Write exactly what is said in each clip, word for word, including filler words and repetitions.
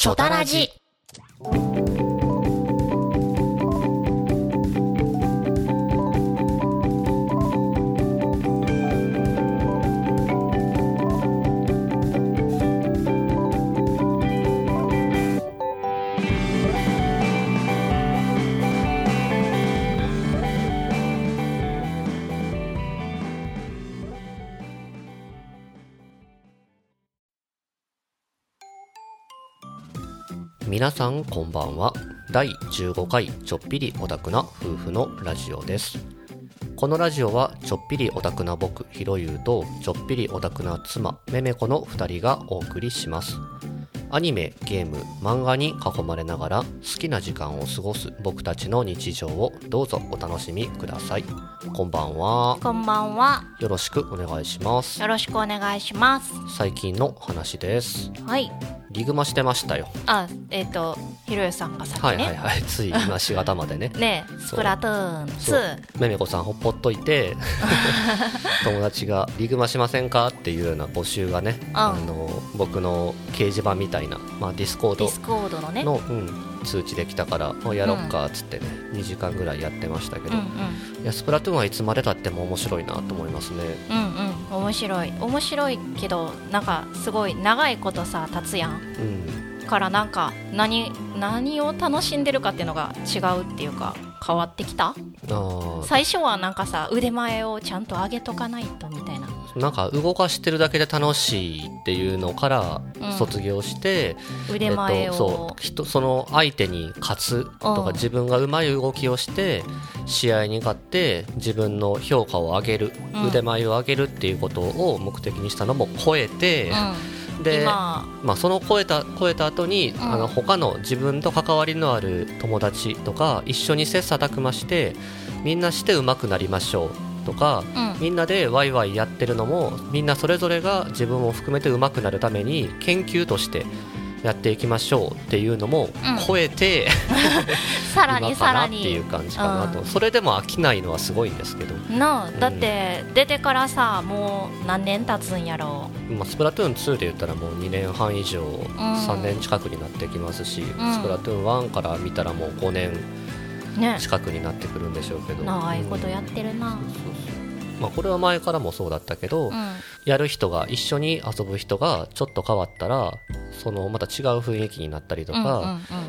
チョタラジ。 皆さんこんばんは。だいじゅうごかいちょっぴりオタクな夫婦のラジオです。このラジオはちょっぴりオタクな僕ひろゆうとちょっぴりオタクな妻めめこのふたりがお送りします。アニメ、ゲーム、漫画に囲まれながら好きな時間を過ごす僕たちの日常をどうぞお楽しみください。こんばんは。 こんばんは。 よろしくお願いします。 よろしくお願いします。 最近の話です。 はい。 リグマしてましたよ。 あ、えっ、ー、とひろゆさんがさっきね。 はいはいはい。つい今しがたまでね。 ねえ、スプラトゥーンツー。 めめこさんほっぽっといて友達がリグマしませんかっていうような募集がね、うん、あの僕の掲示板みたいな、まあ、ディスコードの、 ディスコードのね、 うん、通知できたからもうやろっかっつってね、うん、にじかんぐらいやってましたけど、うんうん、いやスプラトゥーンはいつまでたっても面白いなと思いますね。 うんうん、面白い面白いけどなんかすごい長いことさ経つやん、うん、からなんか何何を楽しんでるかっていうのが違うっていうか変わってきた。あ、最初はなんかさ腕前をちゃんと上げとかないとみたいな、 なんか動かしてるだけで楽しいっていうのから卒業して、 うん、腕前を、えっと、 そう人その相手に勝つとか自分がうまい動きをして試合に勝って自分の評価を上げる、うん、腕前を上げるっていうことを目的にしたのも超えて、うん、で、まあ、その超えた超えた後に、うん、あの他の自分と関わりのある友達とか一緒に切磋琢磨してみんなして上手くなりましょうとか、うん、みんなでワイワイやってるのもみんなそれぞれが自分を含めて上手くなるために研究としてやっていきましょうっていうのも超えて、 うん、さらにさらにっていう感じかなと、うん、それでも飽きないのはすごいんですけどなあ、だって出てからさもう何年経つんやろう、 まあ、スプラトゥーンツーで言ったらもうにねんはん以上、うん、さんねん近くになってきますし、うん、スプラトゥーンワンから見たらもうごねん近くになってくるんでしょうけど、ね、 長いことやってるな、うん、そうそうそう、まあ、これは前からもそうだったけど、うん、やる人が一緒に遊ぶ人がちょっと変わったらそのまた違う雰囲気になったりとか、うんうんうん、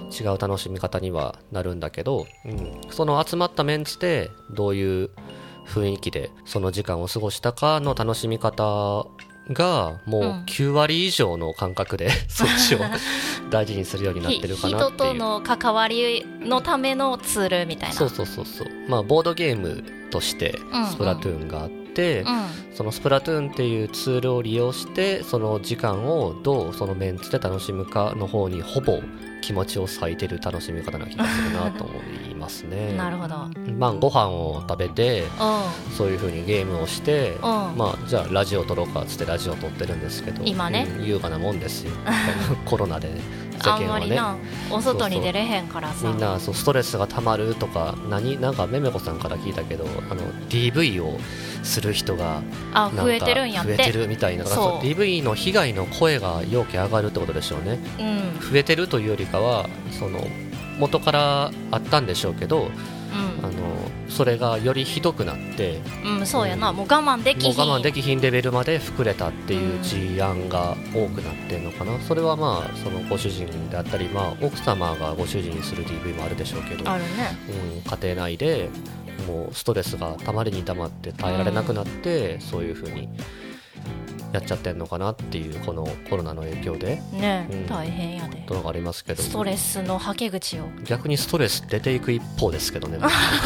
違う楽しみ方にはなるんだけど、うん、その集まったメンツでどういう雰囲気でその時間を過ごしたかの楽しみ方がもうきゅうわり以上の感覚で、うん、そっちを大事にするようになってるかなっていう人との関わりのためのツールみたいな。 そうそうそうそう、まあボードゲームとしてスプラトゥーンがあって、うんうん、そのスプラトゥーンっていうツールを利用してその時間をどうそのメンツで楽しむかの方にほぼ気持ちを割いてる楽しみ方な気がするなと思いますね。 なるほど。 まあご飯を食べてそういう風にゲームをしてまあじゃあラジオ撮ろうかっつってラジオ撮ってるんですけど今ね、 うん、優雅なもんですよコロナでね世間はねあんまりなお外に出れへんからさ、 そうそうみんなそうストレスがたまるとか何なんかめめこさんから聞いたけどあの ディーブイ をする人があ増えてるんやって増えてるみたいな、そう ディーブイ の被害の声がよけ上がるってことでしょうね、うん、増えてるというよりかはその元からあったんでしょうけど、うん、あのそれがよりひどくなって、 うん、そうやな、うん、もう我慢できひんもう我慢できひんレベルまで膨れたっていう事案が多くなってるのかな、うん、それはまあそのご主人であったり、まあ、奥様がご主人にする ディーブイ もあるでしょうけどあるね、 うん、家庭内でもうストレスがたまりにたまって耐えられなくなって、うん、そういう風にやっちゃってんのかなっていうこのコロナの影響でね、うん、大変やでとのがありますけど、 ストレスのはけ口を逆にストレス出ていく一方ですけどね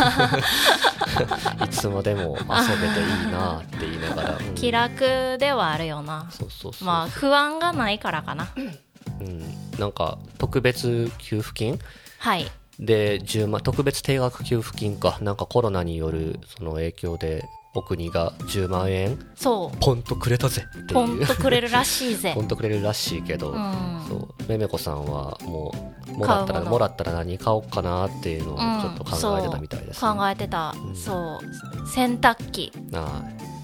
いつまでも遊べていいなって言いながら、 うん、気楽ではあるよな。 そうそうそう、 まあ不安がないからかな、 うん、なんか特別給付金はいでじゅうまん特別定額給付金かなんかコロナによるその影響でお国がじゅうまんえんそうポンとくれたぜっていうポンとくれるらしいぜポンとくれるらしいけど、うん、そうめめこさんはもうもらったらもらったら何買おうかなっていうのをちょっと考えてたみたいです、ね、 うん、考えてた、うん、そう洗濯機あ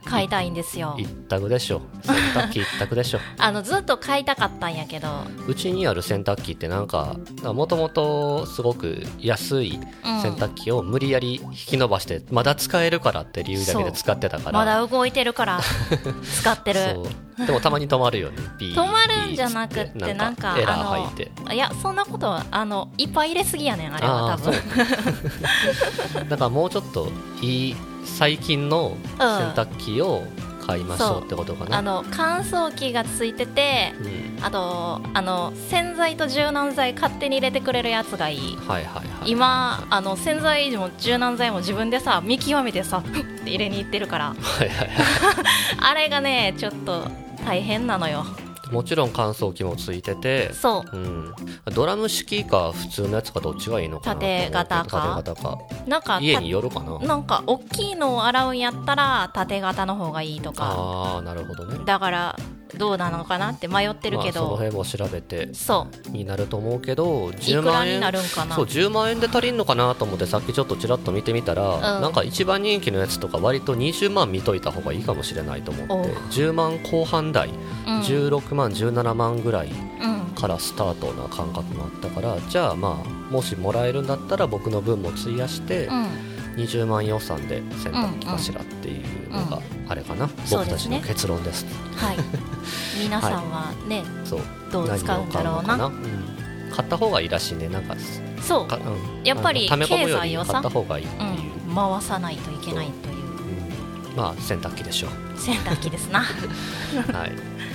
買いたいんですよ。 一択でしょ、洗濯機一択でしょあのずっと買いたかったんやけど、 うちにある洗濯機ってなんかもともとすごく安い洗濯機を無理やり引き伸ばしてまだ使えるからって理由だけで使ってたから、 まだ動いてるから使ってるそうでもたまに止まるよね止まるんじゃなくってなんかエラー入って、 いやそんなことはあのいっぱい入れすぎやねんあれは多分だからもうちょっといい最近の洗濯機を買いましょうってことかな、 うん、あの乾燥機がついてて、うん、あとあの洗剤と柔軟剤勝手に入れてくれるやつがいい、 はいはいはい、 今あの洗剤も柔軟剤も自分でさ見極めてさって入れに行ってるからはいはい、はい、あれがねちょっと大変なのよ。 もちろん乾燥機もついてて、 そう、 うん、ドラム式か普通のやつかどっちがいいのかな、 縦型か縦型かなんか家によるかな、 なんか大きいのを洗うんやったら縦型の方がいいとか、 あーなるほどね、 だからどうなのかなって迷ってるけど、 まあ、その辺も調べてそうになると思うけどじゅうまんえんいくらになるんかな、 そうじゅうまんえんで足りんのかなと思ってさっきちょっとちらっと見てみたら、うん、なんか一番人気のやつとか割とにじゅうまん見といた方がいいかもしれないと思ってじゅうまんこう半台、うん、じゅうろくまんじゅうななまんぐらいからスタートな感覚もあったから、じゃあまあもしもらえるんだったら僕の分も費やして、うんにじゅうまん予算で洗濯機かしらっていうのがあれかな、うんうん、僕たちの結論です、ね、 はい皆さんはね、はい、そうどう使うんだろうな、うん、 買った方がいいらしいね、なんかそう、うん、やっぱり経済をさ買った方がいいっていう、 うん、回さないといけないという、 うん、まあ洗濯機でしょう洗濯機ですなはい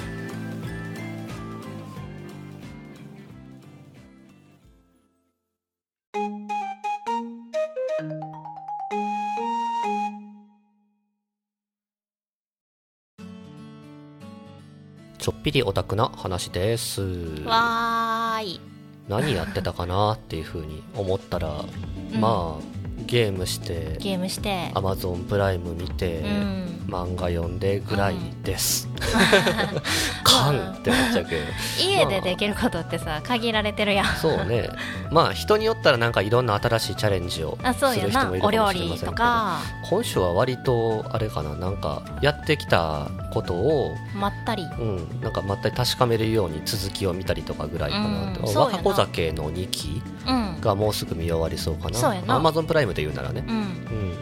ちょっぴりオタクな話です。 わーい。 何やってたかなっていう風に思ったら、うん、まあゲームしてゲームして Amazon プライム見て、うん、漫画読んでぐらいです、うん、カンってなっちゃうけど家でできることってさ、まあ、限られてるやん。 そうね、まあ人によったらなんかいろんな新しいチャレンジをする人もいるかもしれませんけど、お料理とか今週は割とあれかな、なんかやってきたことをまったり、 うん、なんかまったり確かめるように続きを見たりとかぐらいかな、うん、若子酒のにきがもうすぐ見終わりそうかな、そうやな、Amazon プライムで言うならね、うんうん、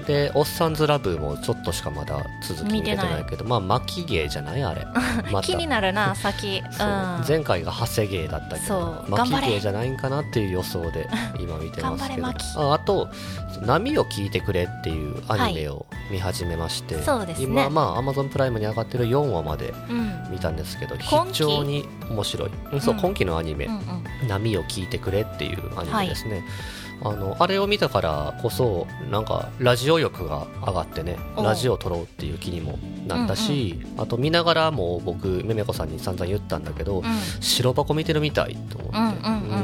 でおっさんずラブもちょっとしかまだ続き見れてないけど、まあ巻き芸じゃないあれま、 気になるな先、 そう、うん、前回が長谷芸だったけど巻き芸じゃないんかなっていう予想で今見てますけど、あ, あと波を聞いてくれっていうアニメを見始めまして、はい、そうですね、今まあ Amazon プライムに上がってるよんわまで見たんですけど、うん、非常に面白い、うん、そう、今期のアニメ、うんうん、波を聞いてくれっていうアニメですね、はい、あのあれを見たからこそなんかラジオ欲が上がってね、ラジオを撮ろうっていう気にもなったし、うんうん、あと見ながらも僕めめこさんに散々言ったんだけど、うん、白箱見てるみたいと思って、うんうんうんうん、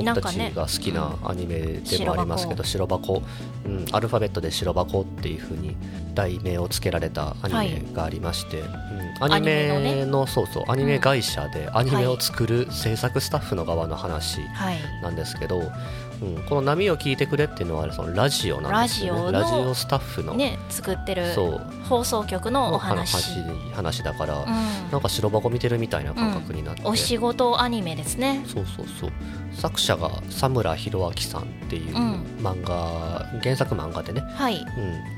僕たちが好きなアニメでもありますけど、白箱、うん、アルファベットで白箱っていう風に題名をつけられたアニメがありまして、はい、うん、アニメ の, アニメの、ね、そうそうアニメ会社でアニメを作る制作スタッフの側の話なんですけど、はい、うん、この波を聞いてくれっていうのはそのラジオなんですよね。ラジオスタッフの、ね、 作ってる放送局のお話話だから、うん、なんか白箱見てるみたいな感覚になって、うん、 お仕事アニメですね。 そうそうそう、作者が佐村弘明さんっていう漫画、うん、原作漫画でね、はい、うん、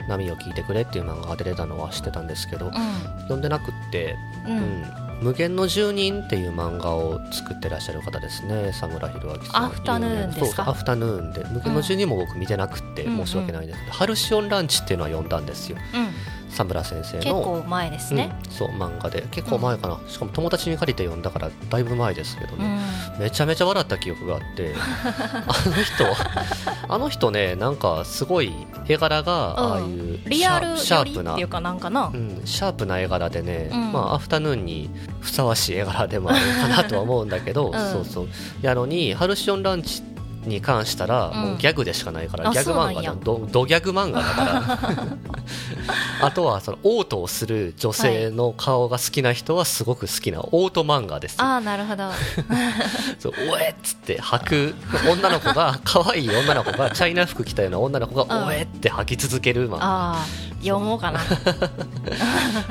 波を聞いてくれっていう漫画が出てたのは知ってたんですけど、うん、読んでなくって、うんうん、無限の住人っていう漫画を作ってらっしゃる方ですね、佐村弘明さん。 アフタヌーンですか。 そう、アフタヌーンで無限の住人も僕見てなくって申し訳ないんですけど、うんうん、ハルシオンランチっていうのは読んだんですよ、うん、佐村先生の結構前ですね、 うん、そう漫画で結構前かな、うん、しかも友達に借りて読んだからだいぶ前ですけどね、うん、めちゃめちゃ笑った記憶があってあの人あの人ね、なんかすごい絵柄がああいう、うん、 リアルシャープなっていうかなんかな、 うん、シャープな絵柄でね、うん、まあアフタヌーンにふさわしい絵柄でもあるかなとは思うんだけど、うん、そうそうやのにハルシオンランチに関したらもうギャグでしかないから、うん、ギャグ漫画だ、ド、ドギャグ漫画だからあとはそのオートをする女性の顔が好きな人はすごく好きなオート漫画ですよ。 あー、なるほどそう、おえっつって吐く女の子が可愛い女の子がチャイナ服着たような女の子がおえって吐き続ける漫画、 あー、読もうかな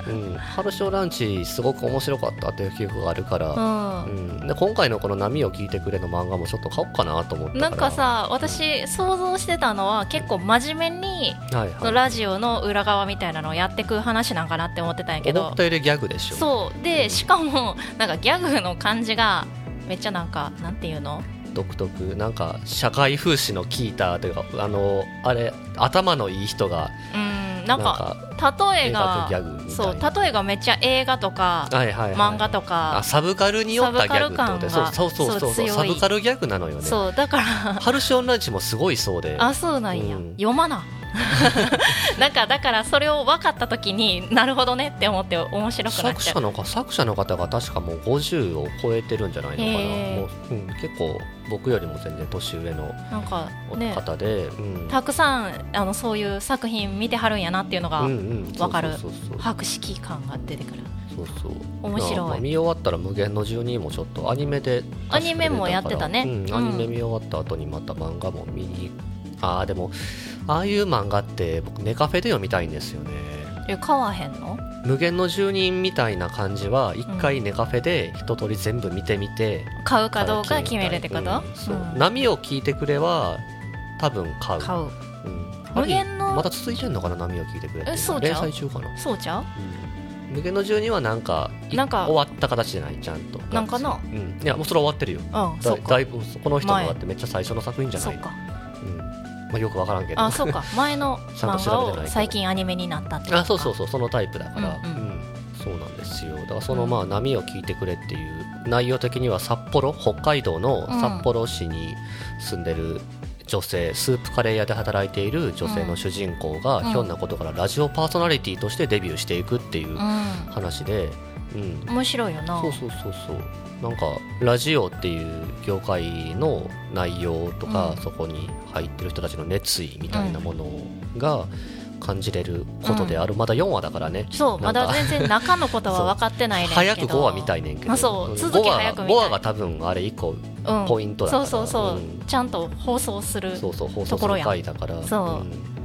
うん、春章ランチすごく面白かったっていう記憶があるから、 うんうん、で今回のこの波を聞いてくれの漫画もちょっと買おうかなと思ったから。 なんかさ、私想像してたのは結構真面目に、 はいはい、 ラジオの裏側みたいなのをやってく話なんかなって思ってたんやけど、 思ったよりギャグでしょ。 そうで、しかもなんかギャグの感じがめっちゃなんかなんていうの、 独特、なんか社会風刺の効いたというか、あのあれ頭のいい人が、 うんなんか例えがそう例えがめっちゃ映画とか、はいはいはい、漫画とか、 あサブカルによったギャグってことで、そうそうそうそうそうサブカルギャグなのよね。 そうだから春章ランチもすごいそうで、 あそうなんや、うん、読まななんかだからそれを分かった時になるほどねって思って面白くなっちゃう。 作者のか作者の方が確かもうごじゅうを超えてるんじゃないのかな。もう、うん、結構僕よりも全然年上の方で、うん、 たくさんあのそういう作品見てはるんやなっていうのが分かる、博識感が出てくる。そうそう面白い、 まあ、見終わったら無限のじゅうにもちょっとアニメでアニメもやってたね、 うん、アニメ見終わった後にまた漫画も見に、ああでもああいう漫画って僕ネカフェで読みたいんですよね。 え買わへんの？ 無限の住人みたいな感じは一回ネカフェで一通り全部見てみて、 うん、買うかどうか決めるってこと？うん、 そう、うん、波を聞いてくれは多分買う買う、うん、無限のまた続いてんのかな、波を聞いてくれって。 えそうちゃう？ 連載中かな。 そうちゃう、 うん、無限の住人はなんかなんか終わった形じゃない、ちゃんとなんかな、 うん、いやもうそれは終わってるよ、うん、だ, だいぶこの人のだってめっちゃ最初の作品じゃない。そうか、うんまあ、よく分からんけど、 あそうか前の漫画を最近アニメになったっていうか。 あそうそうそうそのタイプだから、うんうんうん、そうなんですよ。だからそのまあ波を聞いてくれっていう内容的には札幌北海道の札幌市に住んでる女性、うん、スープカレー屋で働いている女性の主人公が、うん、ひょんなことからラジオパーソナリティとしてデビューしていくっていう話で、うんうん、面白いよな。 そうそうそうそうなんかラジオっていう業界の内容とか、うん、そこに入ってる人たちの熱意みたいなものが感じれることである、うん、まだよんわだからね。 そうまだ全然中のことは分かってないねんけど早くごわ見たいねんけど、 そう続き早く見たい。 ごわが多分あれいっこポイントだから、うん、 そうそうそう、うん、ちゃんと放送するそうそう放送する回だからそう、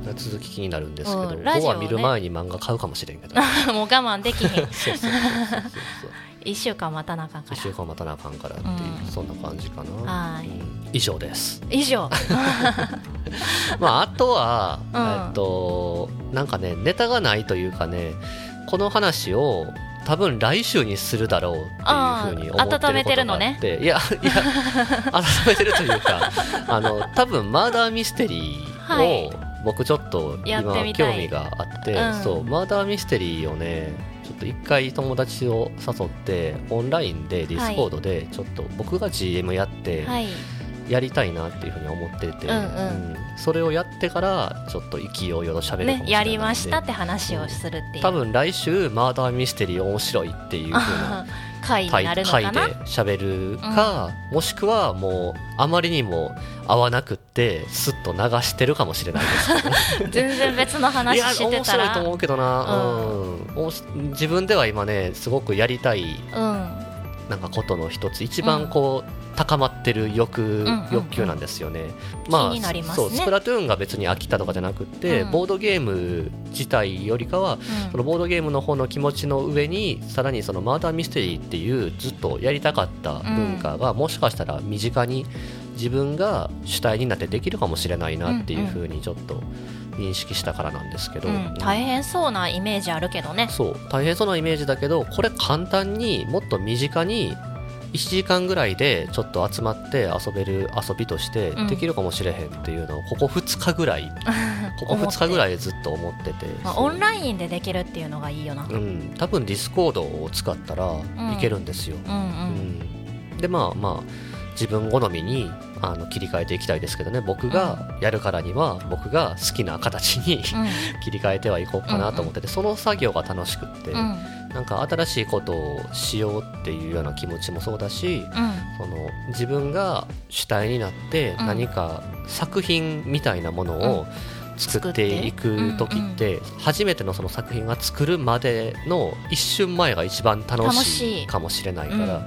うん、続き気になるんですけど、うんね、ごわ見る前に漫画買うかもしれんけどもう我慢できへんそうそうそうそうそういっしゅうかん待たなあかんからいっしゅうかん待たなあかんからっていう、うん、そんな感じかな。 はい、うん、 以上です以上まああとは、うん、えっとなんかねネタがないというかね、この話を多分来週にするだろうっていうふうに思ってることがあって、温めてるのね。いやいや温めてるというかあの多分マーダーミステリーを、はい、僕ちょっと今興味があって、うん、そうマーダーミステリーをねちょっと一回友達を誘ってオンラインでディスコードでちょっと僕が ジーエム やってやりたいなっていうふうに思ってて、うんうんうん、それをやってからちょっと意気揚々と喋るかもしれないんで、ね、 やりましたって話をするっていう、うん、 多分来週マーダーミステリー面白いっていう風な回になるのかな、 回で喋るか、うん、もしくはもうあまりにも合わなくってスッと流してるかもしれないですけど全然別の話してたらいや面白いと思うけどな、うんうん、自分では今ねすごくやりたい、うん、なんかことの一つ一番こう、うん高まってる欲、うんうんうん、欲求なんですよね。 まあ、気になりますね。 そうスプラトゥーンが別に飽きたとかじゃなくて、うん、ボードゲーム自体よりかは、うん、そのボードゲームの方の気持ちの上にさらにそのマーダーミステリーっていうずっとやりたかった文化が、うん、もしかしたら身近に自分が主体になってできるかもしれないなっていうふうにちょっと認識したからなんですけど、うん、 大変そうなイメージあるけどね。 そう大変そうなイメージだけどこれ簡単にもっと身近にいちじかんぐらいでちょっと集まって遊べる遊びとしてできるかもしれへんっていうのをここふつかぐらい、うん、ここふつかぐらいずっと思っててまあ、オンラインでできるっていうのがいいよな、 うん、多分ディスコードを使ったらいけるんですよ、うんうんうん、でまあまあ自分好みにあの切り替えていきたいですけどね。僕がやるからには僕が好きな形に、うん、切り替えてはいこうかなと思ってて、うんうん、その作業が楽しくって、うん、なんか新しいことをしようっていうような気持ちもそうだし、うん、その自分が主体になって何か作品みたいなものを作っていく時って初めてのその作品が作るまでの一瞬前が一番楽しいかもしれないから、や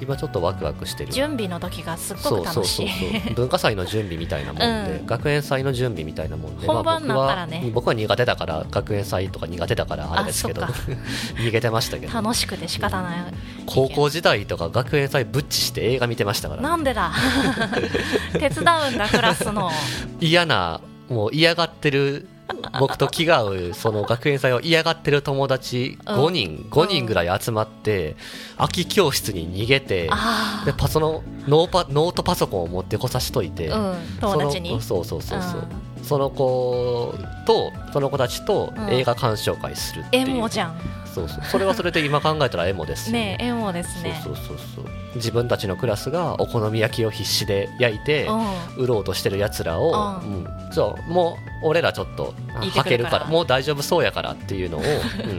今ちょっとワクワクしてる。 準備の時がすっごく楽しい。 そうそうそうそう文化祭の準備みたいなもんで、うん、学園祭の準備みたいなもんで、 本番になったらね、 まあ、僕は僕は苦手だから学園祭とか苦手だからあれですけど逃げてましたけど、 楽しくて仕方ない。 高校時代とか学園祭ぶっちして映画見てましたから、ね、 なんでだ手伝うんだクラスの嫌な、もう嫌がってる僕と気が合うその学園祭を嫌がってる友達ごにん、うん、ごにんぐらい集まって空き教室に逃げて、でパソのノーパノートパソコンを持ってこさしといて、うん、 友達にそうそうそうそう、うん、その子とその子たちと映画鑑賞会するっていう、 エモじゃん。 そうそう、それはそれで今考えたらエモですよね, ねエモですね。 そうそうそうそう、自分たちのクラスがお好み焼きを必死で焼いて売ろうとしてるやつらを、うん、そうもう俺らちょっとはけるからもう大丈夫そうやからっていうのを、うん、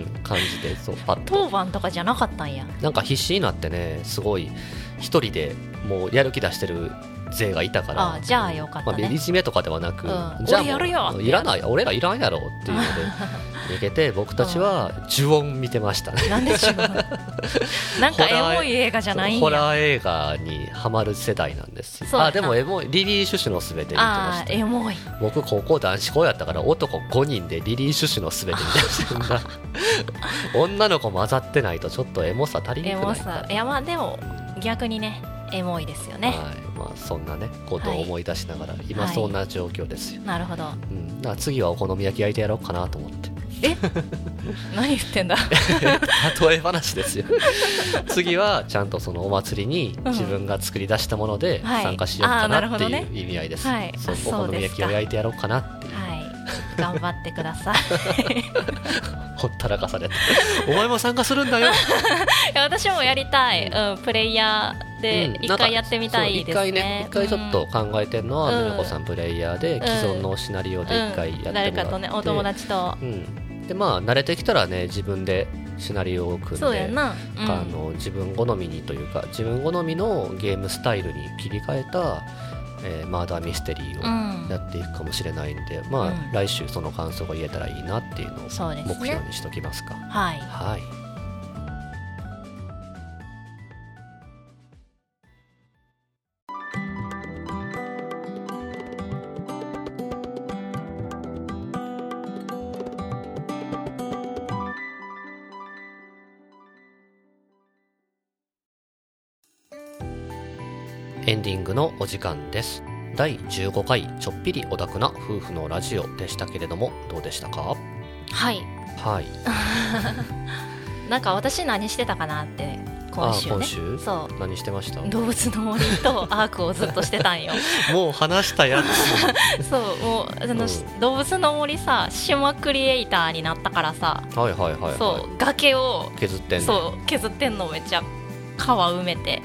感じて、そうパッと当番とかじゃなかったんや。 なんか必死になってね、すごい一人でもうやる気出してる勢がいたから、 ああじゃあよかったね、 まあ、いじめとかではなく、 うん、 じゃあ俺やるよいらない、俺らいらんやろっていうので逃げて、僕たちは呪音見てましたね。 なんで呪音なんかエモい映画じゃないんや。 ホラー映画にハマる世代なんですよ。あでもエモい、リリー・シュシュのすべて見てました。 あエモい。 僕高校男子校やったから男ごにんでリリー・シュシュのすべて見てました女の子混ざってないとちょっとエモさ足りにくないか。 エモさ、いやまあでも逆にねエモいですよね。 はい、まあ、そんなねことを思い出しながら、はい、今そんな状況ですよ、はい、 なるほど、 うん、だから次はお好み焼き焼いてやろうかなと思って。 え何言ってんだ例え話ですよ次はちゃんとそのお祭りに自分が作り出したもので参加しようかなっていう意味合いです、 はい、 そうお好み焼きを焼いてやろうかなっていう、 はい、頑張ってくださいほったらかされてお前も参加するんだよいや私もやりたい、うん、プレイヤーで一回やってみたいですね。一回ね、 一回ちょっと考えてるのは、うん、みなこさんプレイヤーで既存のシナリオで一回やってもらって、うん、誰かとねお友達と、 うん、でまあ慣れてきたらね自分でシナリオを組んで、 そうやな、うん、 あの自分好みにというか自分好みのゲームスタイルに切り替えた、えー、マーダーミステリーをやっていくかもしれないんで、うん、まあ、うん、来週その感想が言えたらいいなっていうのを目標にしときますか。 はい、 はい。エンディングのお時間です。だいじゅうごかいちょっぴりオタクな夫婦のラジオでしたけれどもどうでしたか？ はいはいなんか私何してたかなって今週ね。 あ今週そう何してました？ 動物の森とアークをずっとしてたんよもう話したやつそうもうあの、うん、動物の森さ島クリエイターになったからさ、 はいはいはい、はい、 そう崖を削ってんのそう削ってんのめっちゃ川埋めて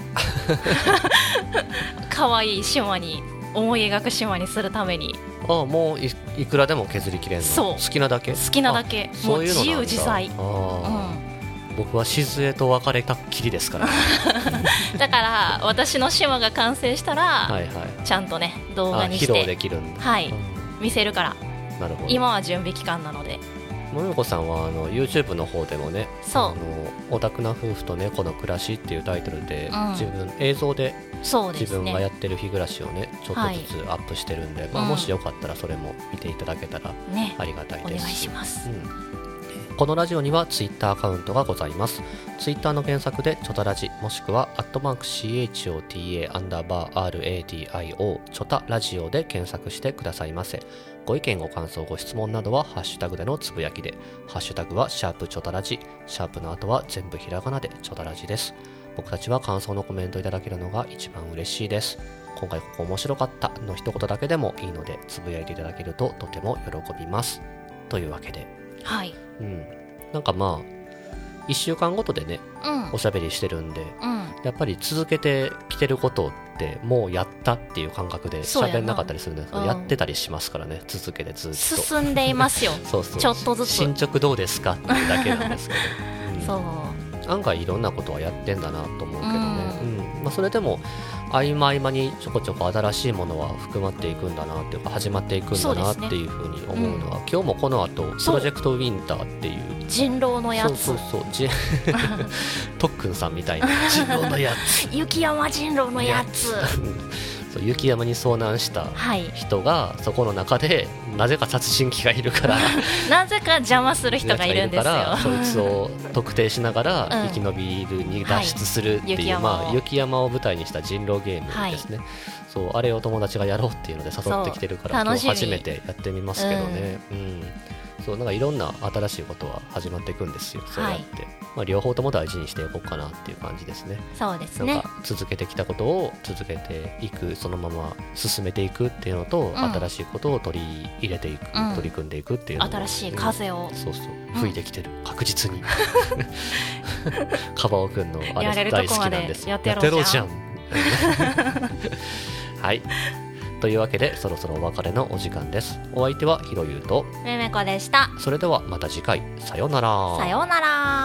可愛い島に思い描く島にするためにああもう い, いくらでも削りきれんの？ そう好きなだけ好きなだけもう自由自在。あ、 うん、僕は静江と別れたっきりですからだから私の島が完成したらはい、はい、 ちゃんとね動画にして披露できるんだ、 はい、うん、見せるから。 なるほど。 今は準備期間なので。 もよこさんはあの YouTube の方でもね、 そうあのオタクな夫婦と猫の暮らしっていうタイトルで、うん、自分映像で自分がやってる日暮らしをねちょっとずつアップしてるんで、はい、まあ、もしよかったらそれも見ていただけたらありがたいです、 ね、お願いします、 うん、このラジオには Twitter アカウントがございます。 Twitter の検索でチョタラジもしくはアットマーク シーエイチオーティーエー アンダーバー アールエーディーアイオー チョタラジオで検索してくださいませ。ご意見ご感想ご質問などはハッシュタグでのつぶやきで、ハッシュタグはシャープチョタラジ、シャープの後は全部ひらがなでチョタラジです。僕たちは感想のコメントいただけるのが一番嬉しいです。今回ここ面白かったの一言だけでもいいのでつぶやいていただけるととても喜びます。というわけで、 はい、 うん、なんかまあいっしゅうかんごとでね、うん、おしゃべりしてるんで、うん、やっぱり続けてきてることってもうやったっていう感覚で喋んなかったりするんですけど、やってたりしますからね、続けてずっと進んでいますよそうそう、 ちょっとずつ進捗どうですかっていうだけなんですけど、 うん、そう案外いろんなことはやってんだなと思うけどね、うん、 まあ、それでも合間合間にちょこちょこ新しいものは含まっていくんだなっていうか始まっていくんだなっていうふうに思うのは、ね、うん、今日もこの後プロジェクトウィンターっていう人狼のやつ、 そうそうそうじ特訓さんみたいな人狼のやつ雪山人狼のやつそう雪山に遭難した人がそこの中でなぜか殺人鬼がいるからなぜか邪魔する人がいるんですよ。 そいつを特定しながら生き延びるに脱出するっていう、うん、雪山まあ、雪山を舞台にした人狼ゲームですね、はい、そうあれを友達がやろうっていうので誘ってきてるから今日初めてやってみますけどね、うん、うん、そうなんかいろんな新しいことは始まっていくんですよ。そうやって、はい、まあ、両方とも大事にしていこうかなっていう感じですね。 そうですね。 なんか続けてきたことを続けていく、そのまま進めていくっていうのと、うん、新しいことを取り入れていく、うん、取り組んでいくっていうのも新しい風を、 うん、そうそう吹いてきてる、うん、確実にカバオくんのあれ大好きなんです。 やってろうじゃんはいというわけでそろそろお別れのお時間です。お相手はひろゆうとめめこでした。 それではまた次回、さようなら。 さようなら。